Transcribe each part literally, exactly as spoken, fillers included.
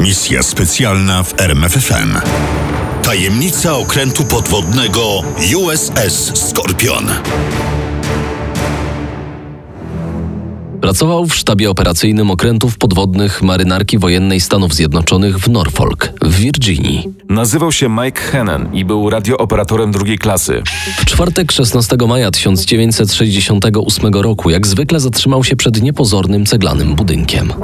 Misja specjalna w R M F F M. Tajemnica okrętu podwodnego U S S Skorpion. Pracował w sztabie operacyjnym okrętów podwodnych Marynarki Wojennej Stanów Zjednoczonych w Norfolk, w Virginii. Nazywał się Mike Hennen i był radiooperatorem drugiej klasy. W czwartek szesnastego maja tysiąc dziewięćset sześćdziesiątego ósmego roku jak zwykle zatrzymał się przed niepozornym ceglanym budynkiem.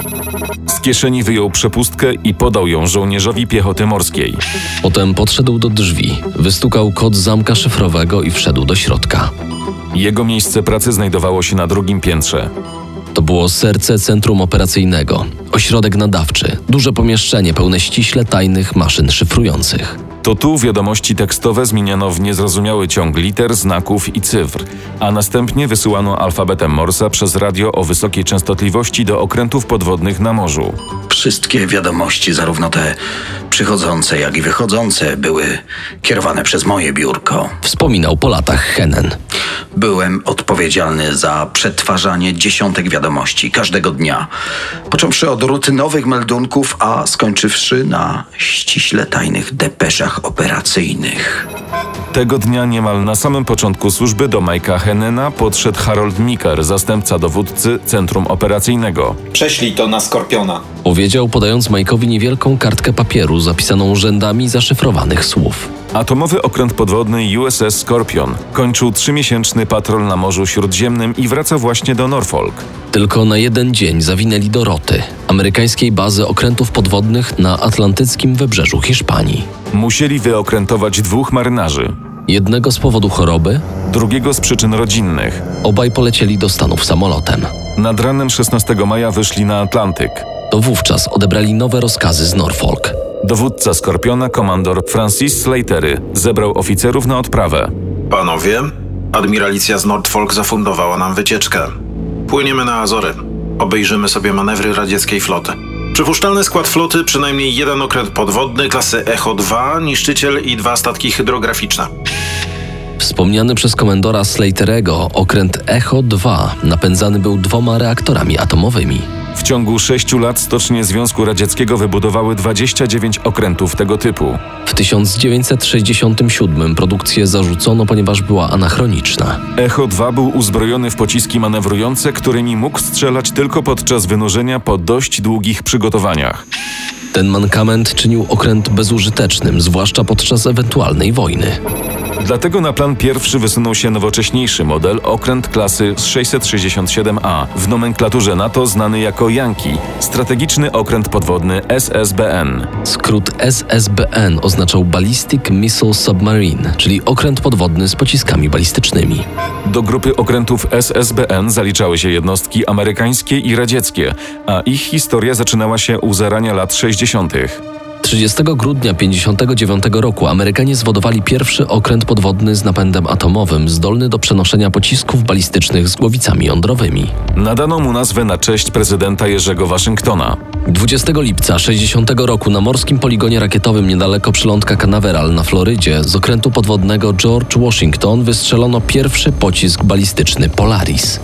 Z kieszeni wyjął przepustkę i podał ją żołnierzowi piechoty morskiej. Potem podszedł do drzwi, wystukał kod zamka szyfrowego i wszedł do środka. Jego miejsce pracy znajdowało się na drugim piętrze. To było serce centrum operacyjnego, ośrodek nadawczy, duże pomieszczenie pełne ściśle tajnych maszyn szyfrujących. To tu wiadomości tekstowe zmieniano w niezrozumiały ciąg liter, znaków i cyfr, a następnie wysyłano alfabetem Morsa przez radio o wysokiej częstotliwości do okrętów podwodnych na morzu. Wszystkie wiadomości, zarówno te przychodzące, jak i wychodzące, były kierowane przez moje biurko. Wspominał po latach Hennen. Byłem odpowiedzialny za przetwarzanie dziesiątek wiadomości każdego dnia, począwszy od rutynowych meldunków, a skończywszy na ściśle tajnych depeszach operacyjnych. Tego dnia niemal na samym początku służby do Mike'a Hennena podszedł Harold Meeker, zastępca dowódcy Centrum Operacyjnego. Prześlij to na Skorpiona. Powiedział, podając Mike'owi niewielką kartkę papieru zapisaną rzędami zaszyfrowanych słów. Atomowy okręt podwodny U S S Skorpion kończył trzymiesięczny patrol na Morzu Śródziemnym i wraca właśnie do Norfolk. Tylko na jeden dzień zawinęli do Roty, amerykańskiej bazy okrętów podwodnych na atlantyckim wybrzeżu Hiszpanii. Musieli wyokrętować dwóch marynarzy. Jednego z powodu choroby, drugiego z przyczyn rodzinnych. Obaj polecieli do Stanów samolotem. Nad ranem szesnastego maja wyszli na Atlantyk. To wówczas odebrali nowe rozkazy z Norfolk. Dowódca Skorpiona, komandor Francis Slatery, zebrał oficerów na odprawę. Panowie, admiralicja z Norfolk zafundowała nam wycieczkę. Płyniemy na Azory. Obejrzymy sobie manewry radzieckiej floty. Przypuszczalny skład floty, przynajmniej jeden okręt podwodny klasy Echo dwa, niszczyciel i dwa statki hydrograficzne. Wspomniany przez komendora Slaterego okręt Echo dwa napędzany był dwoma reaktorami atomowymi. W ciągu sześciu lat stocznie Związku Radzieckiego wybudowały dwadzieścia dziewięć okrętów tego typu. W tysiąc dziewięćset sześćdziesiątym siódmym produkcję zarzucono, ponieważ była anachroniczna. Echo dwa był uzbrojony w pociski manewrujące, którymi mógł strzelać tylko podczas wynurzenia po dość długich przygotowaniach. Ten mankament czynił okręt bezużytecznym, zwłaszcza podczas ewentualnej wojny. Dlatego na plan pierwszy wysunął się nowocześniejszy model, okręt klasy sześćset sześćdziesiąt siedem A, w nomenklaturze NATO znany jako Yankee, strategiczny okręt podwodny S S B N. Skrót S S B N oznaczał Ballistic Missile Submarine, czyli okręt podwodny z pociskami balistycznymi. Do grupy okrętów S S B N zaliczały się jednostki amerykańskie i radzieckie, a ich historia zaczynała się u zarania lat sześćdziesiątych. trzydziestego grudnia tysiąc dziewięćset pięćdziesiątego dziewiątego roku Amerykanie zwodowali pierwszy okręt podwodny z napędem atomowym, zdolny do przenoszenia pocisków balistycznych z głowicami jądrowymi. Nadano mu nazwę na cześć prezydenta Jerzego Waszyngtona. dwudziestego lipca tysiąc dziewięćset sześćdziesiątego roku na morskim poligonie rakietowym niedaleko przylądka Canaveral na Florydzie z okrętu podwodnego George Washington wystrzelono pierwszy pocisk balistyczny Polaris.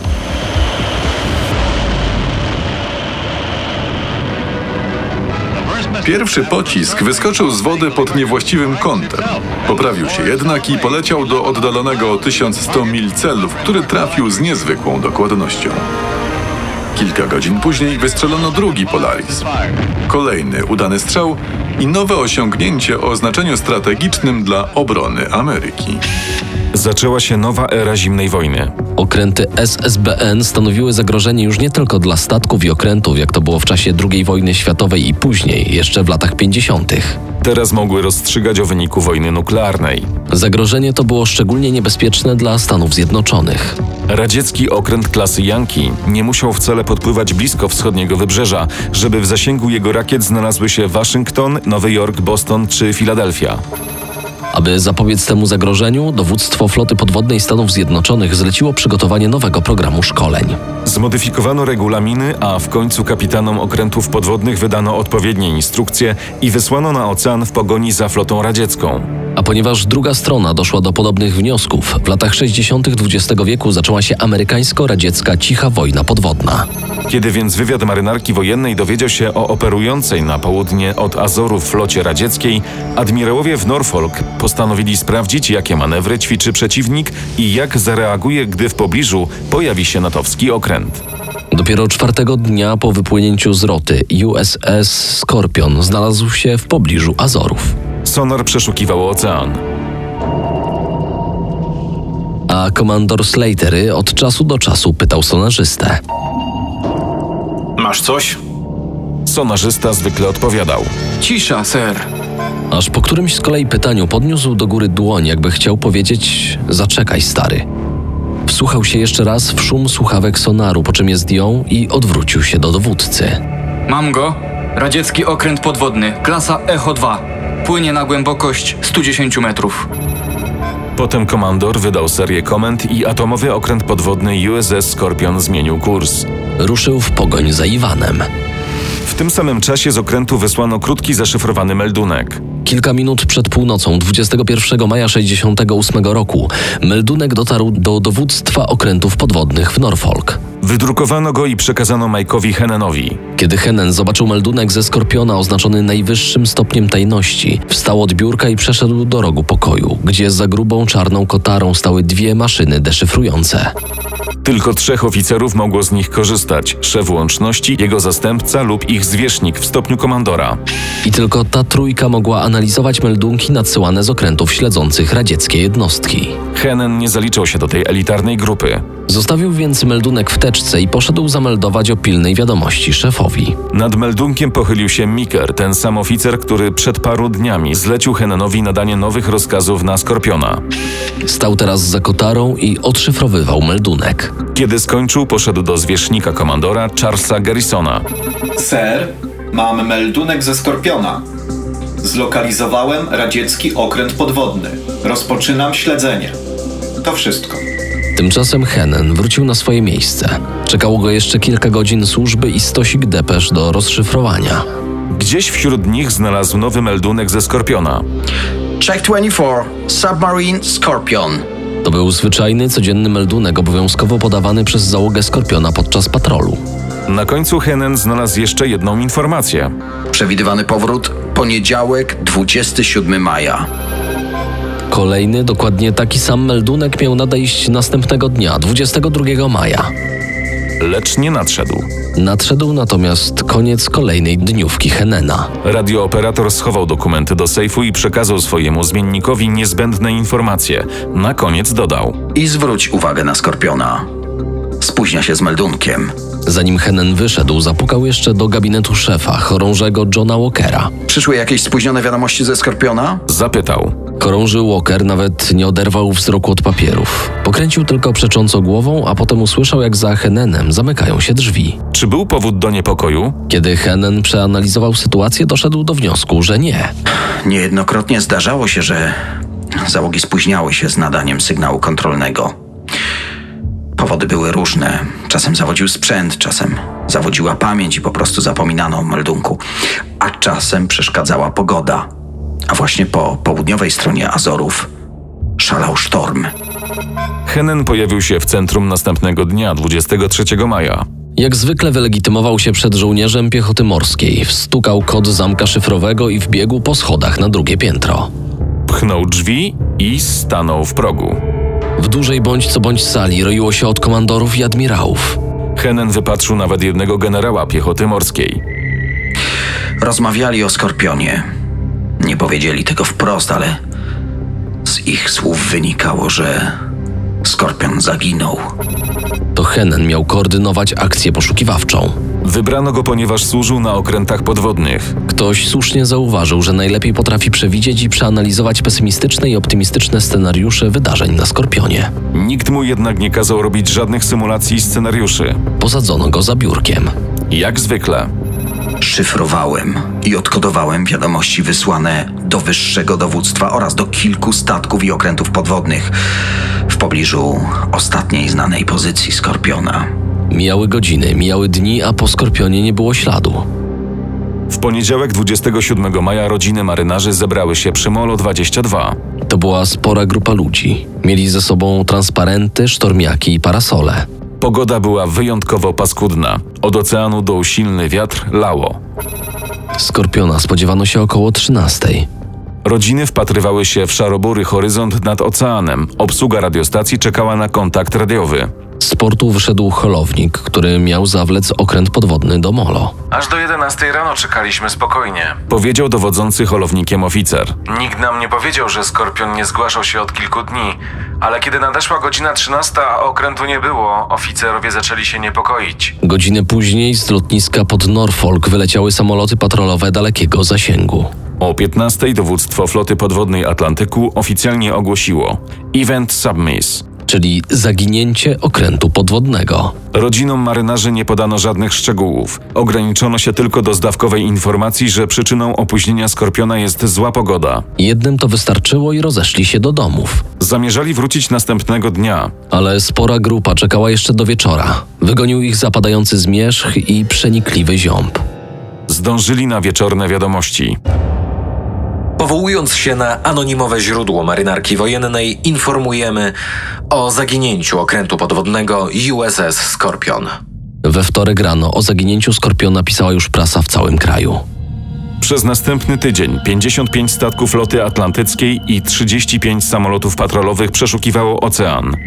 Pierwszy pocisk wyskoczył z wody pod niewłaściwym kątem. Poprawił się jednak i poleciał do oddalonego o tysiąc sto mil celu, w który trafił z niezwykłą dokładnością. Kilka godzin później wystrzelono drugi Polaris. Kolejny udany strzał i nowe osiągnięcie o znaczeniu strategicznym dla obrony Ameryki. Zaczęła się nowa era zimnej wojny. Okręty S S B N stanowiły zagrożenie już nie tylko dla statków i okrętów, jak to było w czasie drugiej wojny światowej i później, jeszcze w latach pięćdziesiątych. Teraz mogły rozstrzygać o wyniku wojny nuklearnej. Zagrożenie to było szczególnie niebezpieczne dla Stanów Zjednoczonych. Radziecki okręt klasy Yankee nie musiał wcale podpływać blisko wschodniego wybrzeża, żeby w zasięgu jego rakiet znalazły się Waszyngton, Nowy Jork, Boston czy Filadelfia. Aby zapobiec temu zagrożeniu, dowództwo floty podwodnej Stanów Zjednoczonych zleciło przygotowanie nowego programu szkoleń. Zmodyfikowano regulaminy, a w końcu kapitanom okrętów podwodnych wydano odpowiednie instrukcje i wysłano na ocean w pogoni za flotą radziecką. A ponieważ druga strona doszła do podobnych wniosków, w latach sześćdziesiątych dwudziestego wieku zaczęła się amerykańsko-radziecka cicha wojna podwodna. Kiedy więc wywiad marynarki wojennej dowiedział się o operującej na południe od Azorów flocie radzieckiej, admirałowie w Norfolk postanowili sprawdzić, jakie manewry ćwiczy przeciwnik i jak zareaguje, gdy w pobliżu pojawi się natowski okręt. Dopiero czwartego dnia po wypłynięciu z roty U S S Skorpion znalazł się w pobliżu Azorów. Sonar przeszukiwał ocean. A komandor Slatery od czasu do czasu pytał sonarzystę. Masz coś? Sonarzysta zwykle odpowiadał. Cisza, ser. Aż po którymś z kolei pytaniu podniósł do góry dłoń, jakby chciał powiedzieć: zaczekaj, stary. Wsłuchał się jeszcze raz w szum słuchawek sonaru, po czym je zdjął i odwrócił się do dowódcy. Mam go. Radziecki okręt podwodny, klasa Echo dwa. Płynie na głębokość sto dziesięć metrów. Potem komandor wydał serię komend i atomowy okręt podwodny U S S Skorpion zmienił kurs. Ruszył w pogoń za Iwanem. W tym samym czasie z okrętu wysłano krótki zaszyfrowany meldunek. Kilka minut przed północą dwudziestego pierwszego maja sześćdziesiątego ósmego roku meldunek dotarł do dowództwa okrętów podwodnych w Norfolk. Wydrukowano go i przekazano Mike'owi Hennenowi. Kiedy Hennen zobaczył meldunek ze Skorpiona oznaczony najwyższym stopniem tajności, wstał od biurka i przeszedł do rogu pokoju, gdzie za grubą czarną kotarą stały dwie maszyny deszyfrujące. Tylko trzech oficerów mogło z nich korzystać: szef łączności, jego zastępca lub ich zwierzchnik w stopniu komandora. I tylko ta trójka mogła analizować meldunki nadsyłane z okrętów śledzących radzieckie jednostki. Hennen nie zaliczał się do tej elitarnej grupy. Zostawił więc meldunek w teczce i poszedł zameldować o pilnej wiadomości szefowi. Nad meldunkiem pochylił się Miker, ten sam oficer, który przed paru dniami zlecił Hennenowi nadanie nowych rozkazów na Skorpiona. Stał teraz za kotarą i odszyfrowywał meldunek. Kiedy skończył, poszedł do zwierzchnika komandora Charlesa Garrisona. Ser, mam meldunek ze Skorpiona. Zlokalizowałem radziecki okręt podwodny. Rozpoczynam śledzenie. To wszystko. Tymczasem Hennen wrócił na swoje miejsce. Czekało go jeszcze kilka godzin służby i stosik depesz do rozszyfrowania. Gdzieś wśród nich znalazł nowy meldunek ze Skorpiona. Check dwadzieścia cztery, Submarine Scorpion. To był zwyczajny, codzienny meldunek obowiązkowo podawany przez załogę Skorpiona podczas patrolu. Na końcu Hennen znalazł jeszcze jedną informację. Przewidywany powrót poniedziałek, dwudziestego siódmego maja. Kolejny, dokładnie taki sam meldunek miał nadejść następnego dnia, dwudziestego drugiego maja. Lecz nie nadszedł. Nadszedł natomiast koniec kolejnej dniówki Hennena. Radiooperator schował dokumenty do sejfu i przekazał swojemu zmiennikowi niezbędne informacje. Na koniec dodał: I zwróć uwagę na Skorpiona. Spóźnia się z meldunkiem. Zanim Hennen wyszedł, zapukał jeszcze do gabinetu szefa, chorążego Johna Walkera. Przyszły jakieś spóźnione wiadomości ze Skorpiona? Zapytał. Chorąży Walker nawet nie oderwał wzroku od papierów. Pokręcił tylko przecząco głową, a potem usłyszał, jak za Hennenem zamykają się drzwi. Czy był powód do niepokoju? Kiedy Hennen przeanalizował sytuację, doszedł do wniosku, że nie. Niejednokrotnie zdarzało się, że załogi spóźniały się z nadaniem sygnału kontrolnego. Powody były różne. Czasem zawodził sprzęt, czasem zawodziła pamięć i po prostu zapominano o meldunku. A czasem przeszkadzała pogoda. A właśnie po południowej stronie Azorów szalał sztorm. Hennen pojawił się w centrum następnego dnia, dwudziestego trzeciego maja. Jak zwykle wylegitymował się przed żołnierzem piechoty morskiej, wstukał kod zamka szyfrowego i wbiegł po schodach na drugie piętro. Pchnął drzwi i stanął w progu. W dużej bądź co bądź sali roiło się od komandorów i admirałów. Hennen wypatrzył nawet jednego generała piechoty morskiej. Rozmawiali o Skorpionie. Nie powiedzieli tego wprost, ale z ich słów wynikało, że Skorpion zaginął. To Hennen miał koordynować akcję poszukiwawczą. Wybrano go, ponieważ służył na okrętach podwodnych. Ktoś słusznie zauważył, że najlepiej potrafi przewidzieć i przeanalizować pesymistyczne i optymistyczne scenariusze wydarzeń na Skorpionie. Nikt mu jednak nie kazał robić żadnych symulacji i scenariuszy. Posadzono go za biurkiem. Jak zwykle. Szyfrowałem i odkodowałem wiadomości wysłane do wyższego dowództwa oraz do kilku statków i okrętów podwodnych w pobliżu ostatniej znanej pozycji Skorpiona. Mijały godziny, mijały dni, a po Skorpionie nie było śladu. W poniedziałek dwudziestego siódmego maja rodziny marynarzy zebrały się przy Molo dwadzieścia dwa. To była spora grupa ludzi. Mieli ze sobą transparenty, sztormiaki i parasole. Pogoda była wyjątkowo paskudna. Od oceanu duł silny wiatr, lało. Skorpiona spodziewano się około trzynastej. Rodziny wpatrywały się w szarobury horyzont nad oceanem. Obsługa radiostacji czekała na kontakt radiowy. Z portu wyszedł holownik, który miał zawlec okręt podwodny do Molo. Aż do jedenastej rano czekaliśmy spokojnie. Powiedział dowodzący holownikiem oficer. Nikt nam nie powiedział, że Skorpion nie zgłaszał się od kilku dni, ale kiedy nadeszła godzina trzynasta, a okrętu nie było, oficerowie zaczęli się niepokoić. Godzinę później z lotniska pod Norfolk wyleciały samoloty patrolowe dalekiego zasięgu. O piętnastej dowództwo floty podwodnej Atlantyku oficjalnie ogłosiło Event Submiss, czyli zaginięcie okrętu podwodnego. Rodzinom marynarzy nie podano żadnych szczegółów. Ograniczono się tylko do zdawkowej informacji, że przyczyną opóźnienia Skorpiona jest zła pogoda. Jednym to wystarczyło i rozeszli się do domów. Zamierzali wrócić następnego dnia. Ale spora grupa czekała jeszcze do wieczora. Wygonił ich zapadający zmierzch i przenikliwy ziąb. Zdążyli na wieczorne wiadomości. Powołując się na anonimowe źródło marynarki wojennej, informujemy o zaginięciu okrętu podwodnego U S S Skorpion. We wtorek rano o zaginięciu Skorpiona pisała już prasa w całym kraju. Przez następny tydzień pięćdziesiąt pięć statków floty atlantyckiej i trzydzieści pięć samolotów patrolowych przeszukiwało ocean.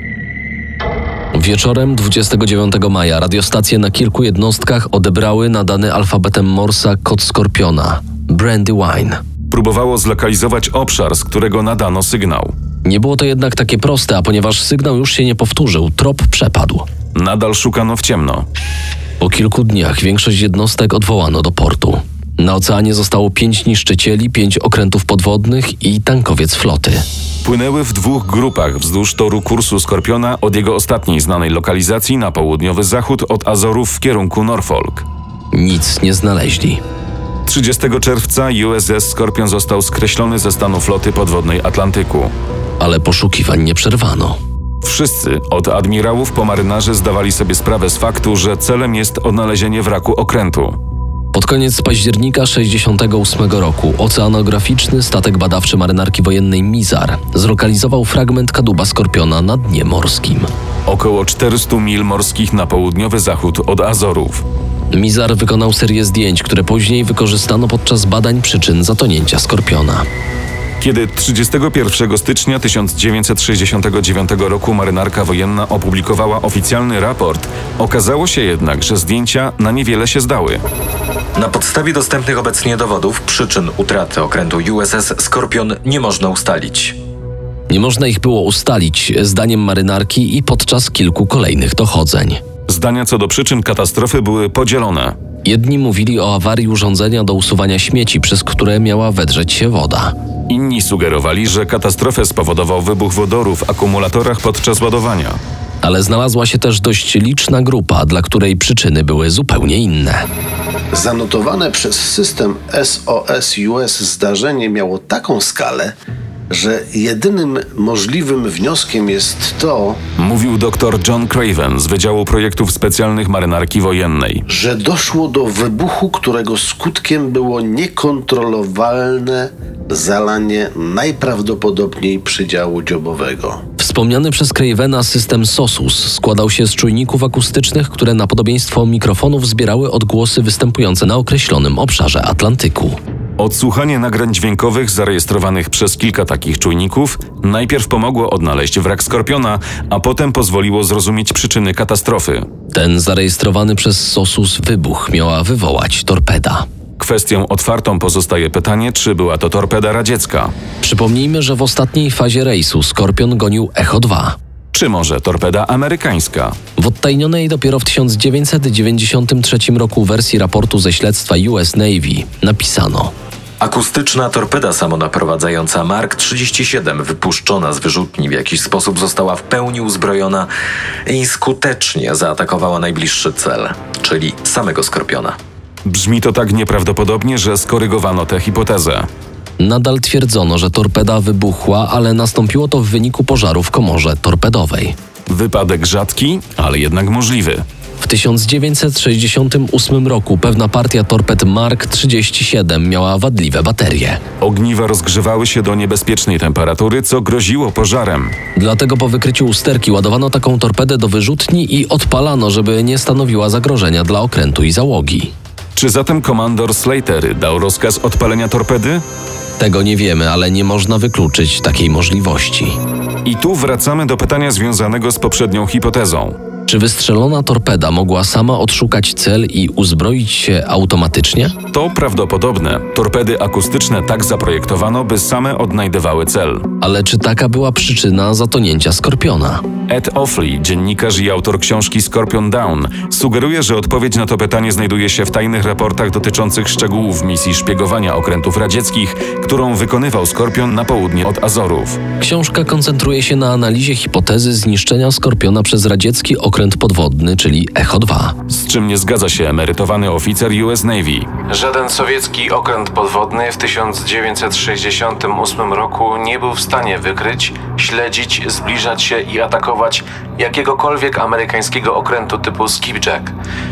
Wieczorem dwudziestego dziewiątego maja radiostacje na kilku jednostkach odebrały nadany alfabetem Morsa kod Skorpiona – Brandywine. Próbowało zlokalizować obszar, z którego nadano sygnał. Nie było to jednak takie proste, a ponieważ sygnał już się nie powtórzył, trop przepadł. Nadal szukano w ciemno. Po kilku dniach większość jednostek odwołano do portu. Na oceanie zostało pięć niszczycieli, pięć okrętów podwodnych i tankowiec floty. Płynęły w dwóch grupach wzdłuż toru kursu Skorpiona od jego ostatniej znanej lokalizacji na południowy zachód od Azorów w kierunku Norfolk. Nic nie znaleźli. trzydziestego czerwca U S S Skorpion został skreślony ze stanu floty podwodnej Atlantyku. Ale poszukiwań nie przerwano. Wszyscy, od admirałów po marynarzy, zdawali sobie sprawę z faktu, że celem jest odnalezienie wraku okrętu. Pod koniec października sześćdziesiątego ósmego roku oceanograficzny statek badawczy marynarki wojennej Mizar zlokalizował fragment kadłuba Skorpiona na dnie morskim. Około czterysta mil morskich na południowy zachód od Azorów. Mizar wykonał serię zdjęć, które później wykorzystano podczas badań przyczyn zatonięcia Skorpiona. Kiedy trzydziestego pierwszego stycznia tysiąc dziewięćset sześćdziesiątego dziewiątego roku marynarka wojenna opublikowała oficjalny raport, okazało się jednak, że zdjęcia na niewiele się zdały. Na podstawie dostępnych obecnie dowodów przyczyn utraty okrętu U S S Skorpion nie można ustalić. Nie można ich było ustalić, zdaniem marynarki i podczas kilku kolejnych dochodzeń. Zdania co do przyczyn katastrofy były podzielone. Jedni mówili o awarii urządzenia do usuwania śmieci, przez które miała wedrzeć się woda. Inni sugerowali, że katastrofę spowodował wybuch wodoru w akumulatorach podczas ładowania. Ale znalazła się też dość liczna grupa, dla której przyczyny były zupełnie inne. Zanotowane przez system S O S U S zdarzenie miało taką skalę, że jedynym możliwym wnioskiem jest to, mówił dr John Craven z Wydziału Projektów Specjalnych Marynarki Wojennej, że doszło do wybuchu, którego skutkiem było niekontrolowalne zalanie najprawdopodobniej przydziału dziobowego. Wspomniany przez Cravena system SOSUS składał się z czujników akustycznych, które na podobieństwo mikrofonów zbierały odgłosy występujące na określonym obszarze Atlantyku. Odsłuchanie nagrań dźwiękowych zarejestrowanych przez kilka takich czujników najpierw pomogło odnaleźć wrak Skorpiona, a potem pozwoliło zrozumieć przyczyny katastrofy. Ten zarejestrowany przez SOSUS wybuch miała wywołać torpeda. Kwestią otwartą pozostaje pytanie, czy była to torpeda radziecka. Przypomnijmy, że w ostatniej fazie rejsu Skorpion gonił Echo dwa. Czy może torpeda amerykańska? W odtajnionej dopiero w tysiąc dziewięćset dziewięćdziesiątym trzecim roku wersji raportu ze śledztwa U S Navy napisano: akustyczna torpeda samonaprowadzająca Mark trzydzieści siedem wypuszczona z wyrzutni w jakiś sposób została w pełni uzbrojona i skutecznie zaatakowała najbliższy cel, czyli samego Skorpiona. Brzmi to tak nieprawdopodobnie, że skorygowano tę hipotezę. Nadal twierdzono, że torpeda wybuchła, ale nastąpiło to w wyniku pożaru w komorze torpedowej. Wypadek rzadki, ale jednak możliwy. W tysiąc dziewięćset sześćdziesiątym ósmym roku pewna partia torped Mark trzydzieści siedem miała wadliwe baterie. Ogniwa rozgrzewały się do niebezpiecznej temperatury, co groziło pożarem. Dlatego po wykryciu usterki ładowano taką torpedę do wyrzutni i odpalano, żeby nie stanowiła zagrożenia dla okrętu i załogi. Czy zatem komandor Slater dał rozkaz odpalenia torpedy? Tego nie wiemy, ale nie można wykluczyć takiej możliwości. I tu wracamy do pytania związanego z poprzednią hipotezą. Czy wystrzelona torpeda mogła sama odszukać cel i uzbroić się automatycznie? To prawdopodobne. Torpedy akustyczne tak zaprojektowano, by same odnajdywały cel. Ale czy taka była przyczyna zatonięcia Skorpiona? Ed Offley, dziennikarz i autor książki Scorpion Down, sugeruje, że odpowiedź na to pytanie znajduje się w tajnych raportach dotyczących szczegółów misji szpiegowania okrętów radzieckich, którą wykonywał Skorpion na południe od Azorów. Książka koncentruje się na analizie hipotezy zniszczenia Skorpiona przez radziecki okręt podwodny, czyli Echo dwa. Z czym nie zgadza się emerytowany oficer U S Navy. Żaden sowiecki okręt podwodny w tysiąc dziewięćset sześćdziesiątym ósmym roku nie był w stanie wykryć, śledzić, zbliżać się i atakować jakiegokolwiek amerykańskiego okrętu typu Skipjack.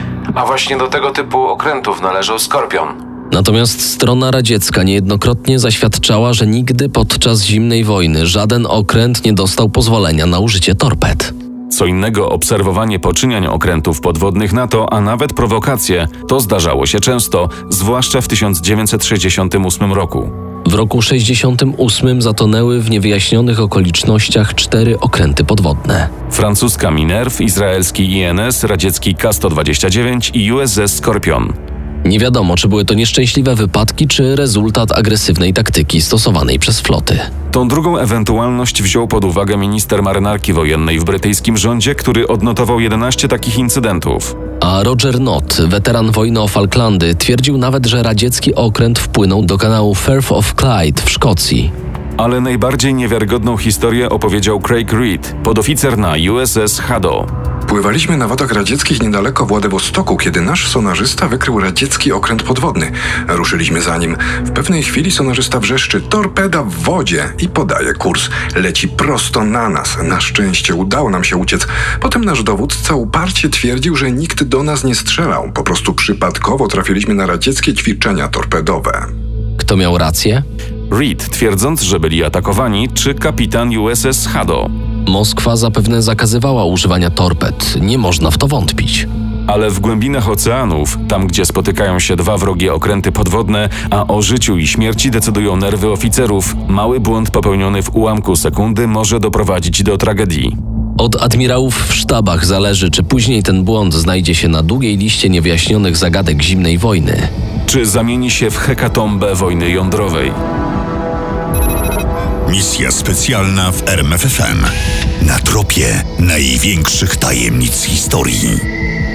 A właśnie do tego typu okrętów należał Skorpion. Natomiast strona radziecka niejednokrotnie zaświadczała, że nigdy podczas zimnej wojny żaden okręt nie dostał pozwolenia na użycie torped. Co innego obserwowanie poczyniań okrętów podwodnych NATO, a nawet prowokacje, to zdarzało się często, zwłaszcza w tysiąc dziewięćset sześćdziesiątym ósmym roku. W roku sześćdziesiątym ósmym zatonęły w niewyjaśnionych okolicznościach cztery okręty podwodne. Francuska Minerve, izraelski I N S, radziecki K sto dwadzieścia dziewięć i U S S Skorpion. Nie wiadomo, czy były to nieszczęśliwe wypadki, czy rezultat agresywnej taktyki stosowanej przez floty. Tą drugą ewentualność wziął pod uwagę minister marynarki wojennej w brytyjskim rządzie, który odnotował jedenaście takich incydentów. A Roger Nott, weteran wojny o Falklandy, twierdził nawet, że radziecki okręt wpłynął do kanału Firth of Clyde w Szkocji. Ale najbardziej niewiarygodną historię opowiedział Craig Reed, podoficer na U S S Hado. Pływaliśmy na wodach radzieckich niedaleko Władywostoku, kiedy nasz sonarzysta wykrył radziecki okręt podwodny. Ruszyliśmy za nim. W pewnej chwili sonarzysta wrzeszczy: torpeda w wodzie, i podaje kurs. Leci prosto na nas. Na szczęście udało nam się uciec. Potem nasz dowódca uparcie twierdził, że nikt do nas nie strzelał. Po prostu przypadkowo trafiliśmy na radzieckie ćwiczenia torpedowe. Kto miał rację? Reed, twierdząc, że byli atakowani, czy kapitan U S S Hado. Moskwa zapewne zakazywała używania torped. Nie można w to wątpić. Ale w głębinach oceanów, tam gdzie spotykają się dwa wrogie okręty podwodne, a o życiu i śmierci decydują nerwy oficerów, mały błąd popełniony w ułamku sekundy może doprowadzić do tragedii. Od admirałów w sztabach zależy, czy później ten błąd znajdzie się na długiej liście niewyjaśnionych zagadek zimnej wojny. Czy zamieni się w hekatombę wojny jądrowej. Misja specjalna w R M F F M. Na tropie największych tajemnic historii.